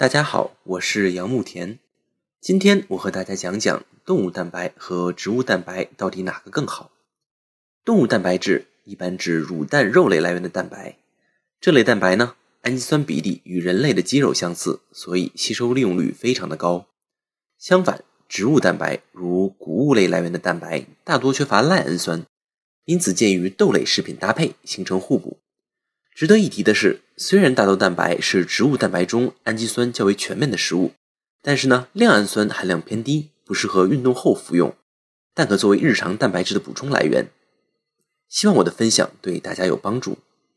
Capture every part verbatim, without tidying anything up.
大家好，我是杨慕田。今天我和大家讲讲动物蛋白和植物蛋白到底哪个更好。动物蛋白质一般指乳蛋肉类来源的蛋白，这类蛋白呢，氨基酸比例与人类的肌肉相似，所以吸收利用率非常的高。相反，植物蛋白如谷物类来源的蛋白大多缺乏赖氨酸，因此建议与豆类食品搭配，形成互补。值得一提的是，虽然大豆蛋白是植物蛋白中氨基酸较为全面的食物，但是呢，亮氨酸含量偏低，不适合运动后服用，但可作为日常蛋白质的补充来源。希望我的分享对大家有帮助。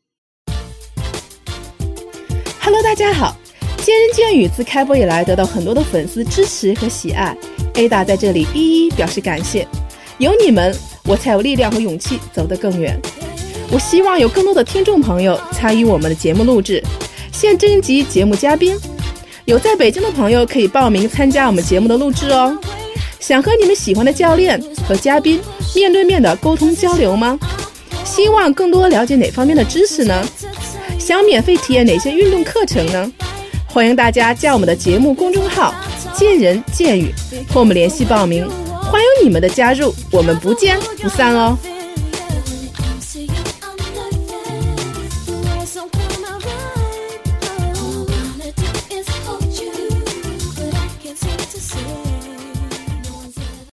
Hello， 大家好！见人见语自开播以来得到很多的粉丝支持和喜爱 ，Ada 在这里一一表示感谢。有你们，我才有力量和勇气走得更远。我希望有更多的听众朋友参与我们的节目录制，现征集节目嘉宾。有在北京的朋友可以报名参加我们节目的录制哦。想和你们喜欢的教练和嘉宾面对面的沟通交流吗？希望更多了解哪方面的知识呢？想免费体验哪些运动课程呢？欢迎大家加我们的节目公众号见人见语和我们联系报名，欢迎你们的加入，我们不见不散哦。